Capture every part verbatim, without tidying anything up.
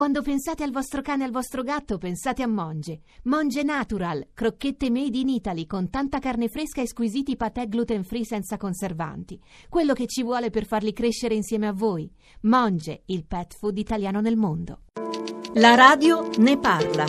Quando pensate al vostro cane e al vostro gatto, pensate a Monge. Monge Natural, crocchette made in Italy con tanta carne fresca e squisiti patè gluten free senza conservanti. Quello che ci vuole per farli crescere insieme a voi. Monge, il pet food italiano nel mondo. La radio ne parla.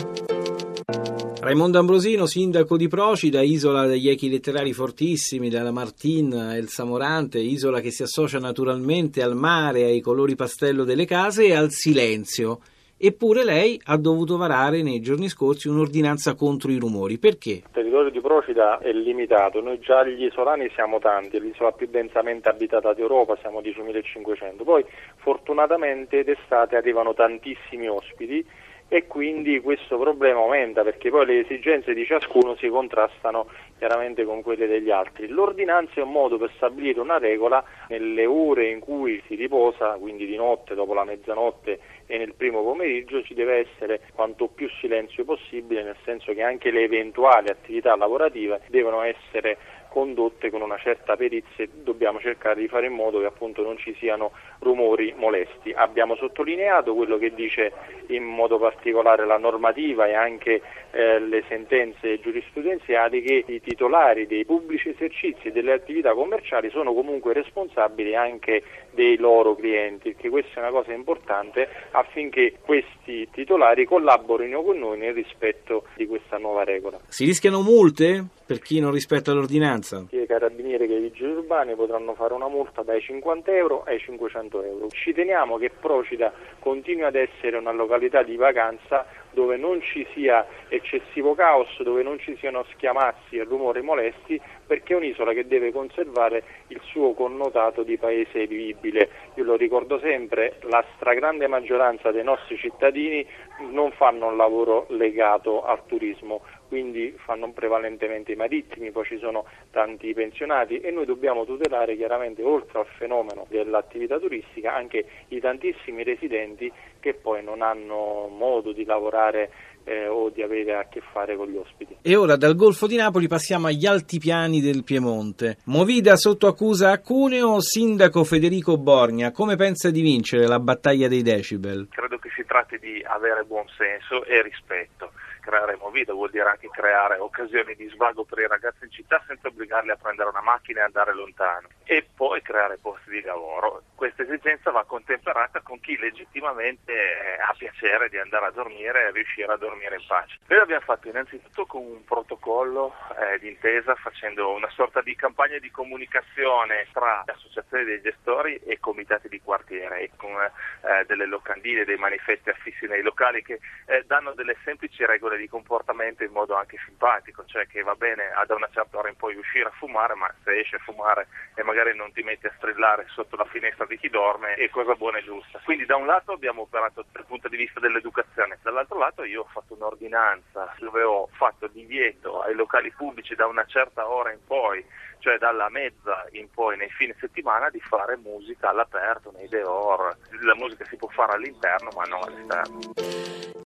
Raimondo Ambrosino, sindaco di Procida, isola degli echi letterari fortissimi, dalla Martin e il Samorante, isola che si associa naturalmente al mare, ai colori pastello delle case e al silenzio. Eppure lei ha dovuto varare nei giorni scorsi un'ordinanza contro i rumori. Perché? Il territorio di Procida è limitato, noi già gli isolani siamo tanti, l'isola più densamente abitata d'Europa, siamo diecimilacinquecento, poi fortunatamente d'estate arrivano tantissimi ospiti e quindi questo problema aumenta perché poi le esigenze di ciascuno si contrastano chiaramente con quelle degli altri. L'ordinanza è un modo per stabilire una regola nelle ore in cui si riposa, quindi di notte, dopo la mezzanotte e nel primo pomeriggio ci deve essere quanto più silenzio possibile, nel senso che anche le eventuali attività lavorative devono essere condotte con una certa perizia e dobbiamo cercare di fare in modo che appunto non ci siano rumori molesti. Abbiamo sottolineato quello che dice in modo particolare la normativa e anche eh, le sentenze giurisprudenziali, che i titolari dei pubblici esercizi e delle attività commerciali sono comunque responsabili anche dei loro clienti, perché questa è una cosa importante affinché questi titolari collaborino con noi nel rispetto di questa nuova regola. Si rischiano multe per chi non rispetta l'ordinanza? Sia i carabinieri che i vigili urbani potranno fare una multa dai cinquanta euro ai cinquecento euro. Ci teniamo che Procida continui ad essere una località di vacanza dove non ci sia eccessivo caos, dove non ci siano schiamazzi e rumori molesti, perché è un'isola che deve conservare il suo connotato di paese vivibile. Io lo ricordo sempre, la stragrande maggioranza dei nostri cittadini non fanno un lavoro legato al turismo, quindi fanno prevalentemente i marittimi, poi ci sono tanti pensionati e noi dobbiamo tutelare chiaramente, oltre al fenomeno dell'attività turistica, anche i tantissimi residenti che poi non hanno modo di lavorare eh, o di avere a che fare con gli ospiti. E ora dal Golfo di Napoli passiamo agli altipiani del Piemonte. Movida sotto accusa a Cuneo, sindaco Federico Borgna, come pensa di vincere la battaglia dei decibel? Credo che si tratti di avere buon senso e rispetto. Creare movida vuol dire anche creare occasioni di svago per i ragazzi in città senza obbligarli a prendere una macchina e andare lontano, e poi creare posti di lavoro. Questa esigenza va contemperata con chi legittimamente eh, ha piacere di andare a dormire e riuscire a dormire in pace. Noi l'abbiamo fatto innanzitutto con un protocollo eh, d'intesa, facendo una sorta di campagna di comunicazione tra associazioni dei gestori e comitati di quartiere, e con eh, delle locandine, dei manifesti affissi nei locali che eh, danno delle semplici regole di comportamento in modo anche simpatico, cioè che va bene da una certa ora in poi uscire a fumare, ma se esci a fumare e magari non ti metti a strillare sotto la finestra di chi dorme è cosa buona e giusta. Quindi da un lato abbiamo operato dal punto di vista dell'educazione, dall'altro lato io ho fatto un'ordinanza dove ho fatto divieto ai locali pubblici da una certa ora in poi, cioè dalla mezza in poi nei fine settimana, di fare musica all'aperto, nei dehors. La musica si può fare all'interno ma non all'esterno.